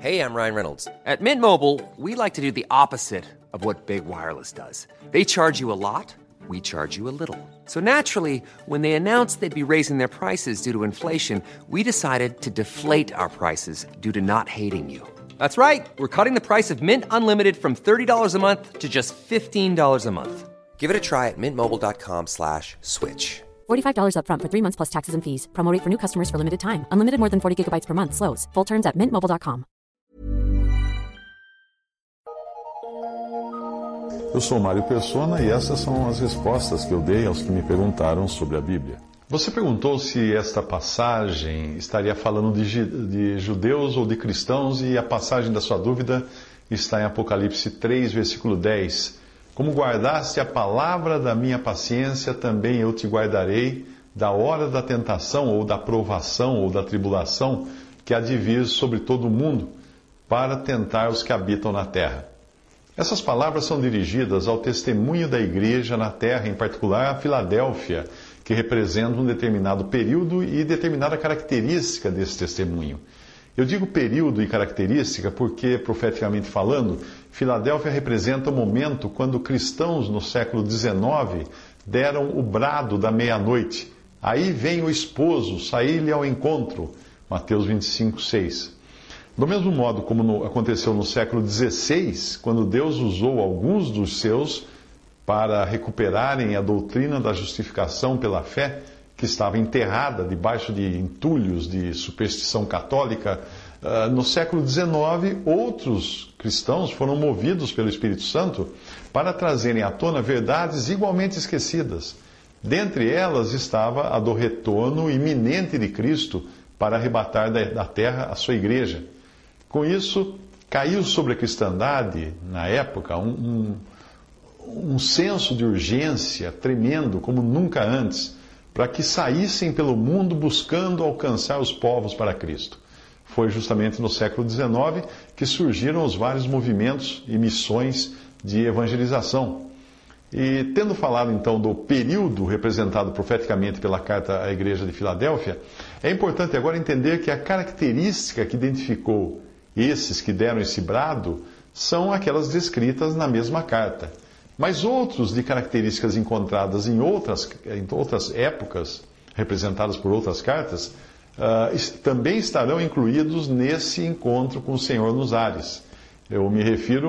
Hey, I'm Ryan Reynolds. At Mint Mobile, we like to do the opposite of what Big Wireless does. They charge you a lot, we charge you a little. So naturally, when they announced they'd be raising their prices due to inflation, we decided to deflate our prices due to not hating you. That's right. We're cutting the price of Mint Unlimited from $30 a month to just $15 a month. Give it a try at mintmobile.com/switch. $45 up front for 3 months plus taxes and fees. Promo rate for new customers for limited time. Unlimited more than 40 gigabytes per month slows. Full terms at mintmobile.com. Eu sou Mário Persona e essas são as respostas que eu dei aos que me perguntaram sobre a Bíblia. Você perguntou se esta passagem estaria falando de judeus ou de cristãos, e a passagem da sua dúvida está em Apocalipse 3, versículo 10. Como guardaste a palavra da minha paciência, também eu te guardarei da hora da tentação, ou da provação, ou da tribulação, que há de vir sobre todo o mundo, para tentar os que habitam na terra. Essas palavras são dirigidas ao testemunho da igreja na terra, em particular a Filadélfia, que representa um determinado período e determinada característica desse testemunho. Eu digo período e característica porque, profeticamente falando, Filadélfia representa o momento quando cristãos no século XIX deram o brado da meia-noite. Aí vem o esposo, sair-lhe ao encontro. Mateus 25, 6. Do mesmo modo como aconteceu no século XVI, quando Deus usou alguns dos seus para recuperarem a doutrina da justificação pela fé, que estava enterrada debaixo de entulhos de superstição católica, no século XIX, outros cristãos foram movidos pelo Espírito Santo para trazerem à tona verdades igualmente esquecidas. Dentre elas estava a do retorno iminente de Cristo para arrebatar da terra a sua igreja. Com isso, caiu sobre a cristandade, na época, um senso de urgência tremendo, como nunca antes, para que saíssem pelo mundo buscando alcançar os povos para Cristo. Foi justamente no século XIX que surgiram os vários movimentos e missões de evangelização. E tendo falado então do período representado profeticamente pela carta à igreja de Filadélfia, é importante agora entender que a característica que identificou esses que deram esse brado são aquelas descritas na mesma carta. Mas outros de características encontradas em outras épocas, representadas por outras cartas, também estarão incluídos nesse encontro com o Senhor nos ares. Eu me refiro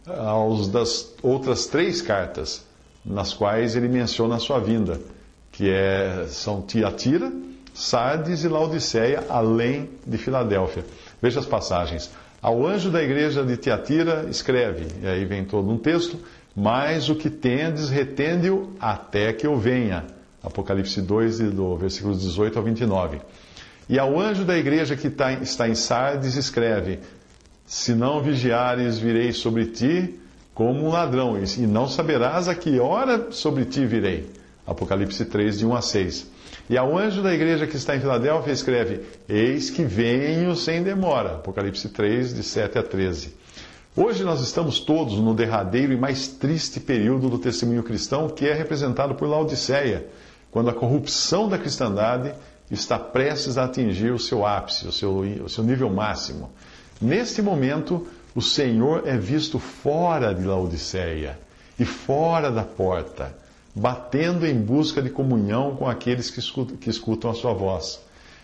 aos das outras 3 cartas, nas quais ele menciona a sua vinda, que são Tiatira, Sardes e Laodiceia, além de Filadélfia. Veja as passagens. Ao anjo da igreja de Tiatira escreve, e aí vem todo um texto, mas o que tendes, retende-o até que eu venha. Apocalipse 2, do versículos 18 ao 29. E ao anjo da igreja que está em Sardes escreve, se não vigiares, virei sobre ti como um ladrão, e não saberás a que hora sobre ti virei. Apocalipse 3, de 1 a 6. E ao anjo da igreja que está em Filadélfia escreve, eis que venho sem demora. Apocalipse 3, de 7 a 13. Hoje nós estamos todos no derradeiro e mais triste período do testemunho cristão, que é representado por Laodiceia, quando a corrupção da cristandade está prestes a atingir o seu ápice, o seu nível máximo. Neste momento, o Senhor é visto fora de Laodiceia e fora da porta, batendo em busca de comunhão com aqueles que escutam a sua voz.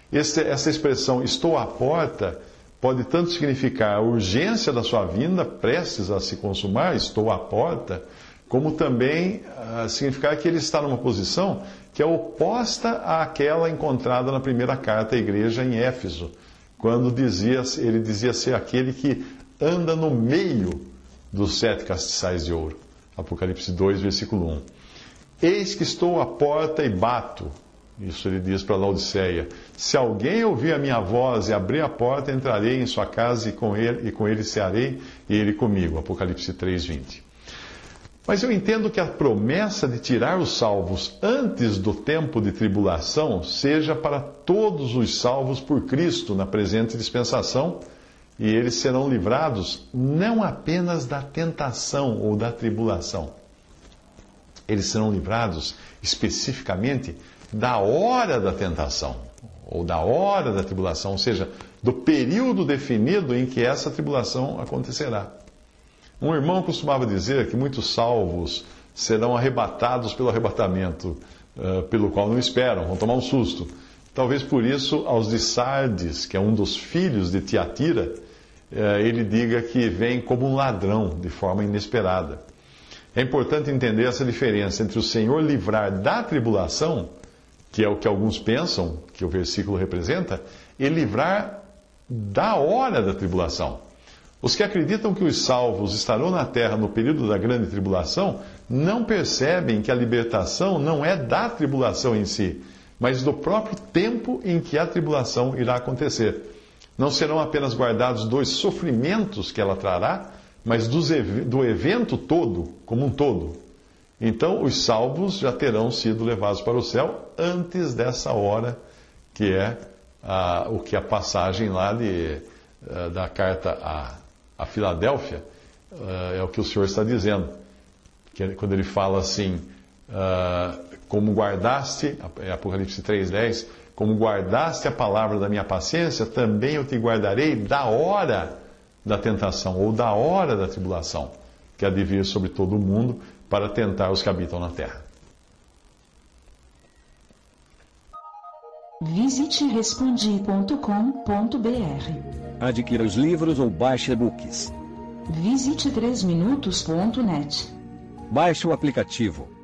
Essa expressão, estou à porta, pode tanto significar a urgência da sua vinda, prestes a se consumar, estou à porta, como também significar que ele está numa posição que é oposta àquela encontrada na primeira carta à igreja em Éfeso, quando ele dizia ser aquele que anda no meio dos 7 castiçais de ouro. Apocalipse 2, versículo 1. Eis que estou à porta e bato. Isso ele diz para Laodiceia. Se alguém ouvir a minha voz e abrir a porta, entrarei em sua casa e com ele cearei e ele comigo. Apocalipse 3, 20. Mas eu entendo que a promessa de tirar os salvos antes do tempo de tribulação seja para todos os salvos por Cristo na presente dispensação, e eles serão livrados não apenas da tentação ou da tribulação. Eles serão livrados especificamente da hora da tentação, ou da hora da tribulação, ou seja, do período definido em que essa tribulação acontecerá. Um irmão costumava dizer que muitos salvos serão arrebatados pelo arrebatamento, pelo qual não esperam, vão tomar um susto. Talvez por isso, aos de Sardes, que é um dos filhos de Tiatira, ele diga que vem como um ladrão, de forma inesperada. É importante entender essa diferença entre o Senhor livrar da tribulação, que é o que alguns pensam que o versículo representa, e livrar da hora da tribulação. Os que acreditam que os salvos estarão na terra no período da grande tribulação não percebem que a libertação não é da tribulação em si, mas do próprio tempo em que a tribulação irá acontecer. Não serão apenas guardados dos sofrimentos que ela trará, mas do evento todo, como um todo. Então, os salvos já terão sido levados para o céu antes dessa hora, que é o que a passagem lá da carta a Filadélfia, é o que o Senhor está dizendo. Quando ele fala assim, como guardaste, Apocalipse 3,10, como guardaste a palavra da minha paciência, também eu te guardarei da hora da tentação, ou da hora da tribulação, que há de vir sobre todo o mundo para tentar os que habitam na terra. Visite respondi.com.br. Adquira os livros ou baixe e-books. Visite 3minutos.net. Baixe o aplicativo.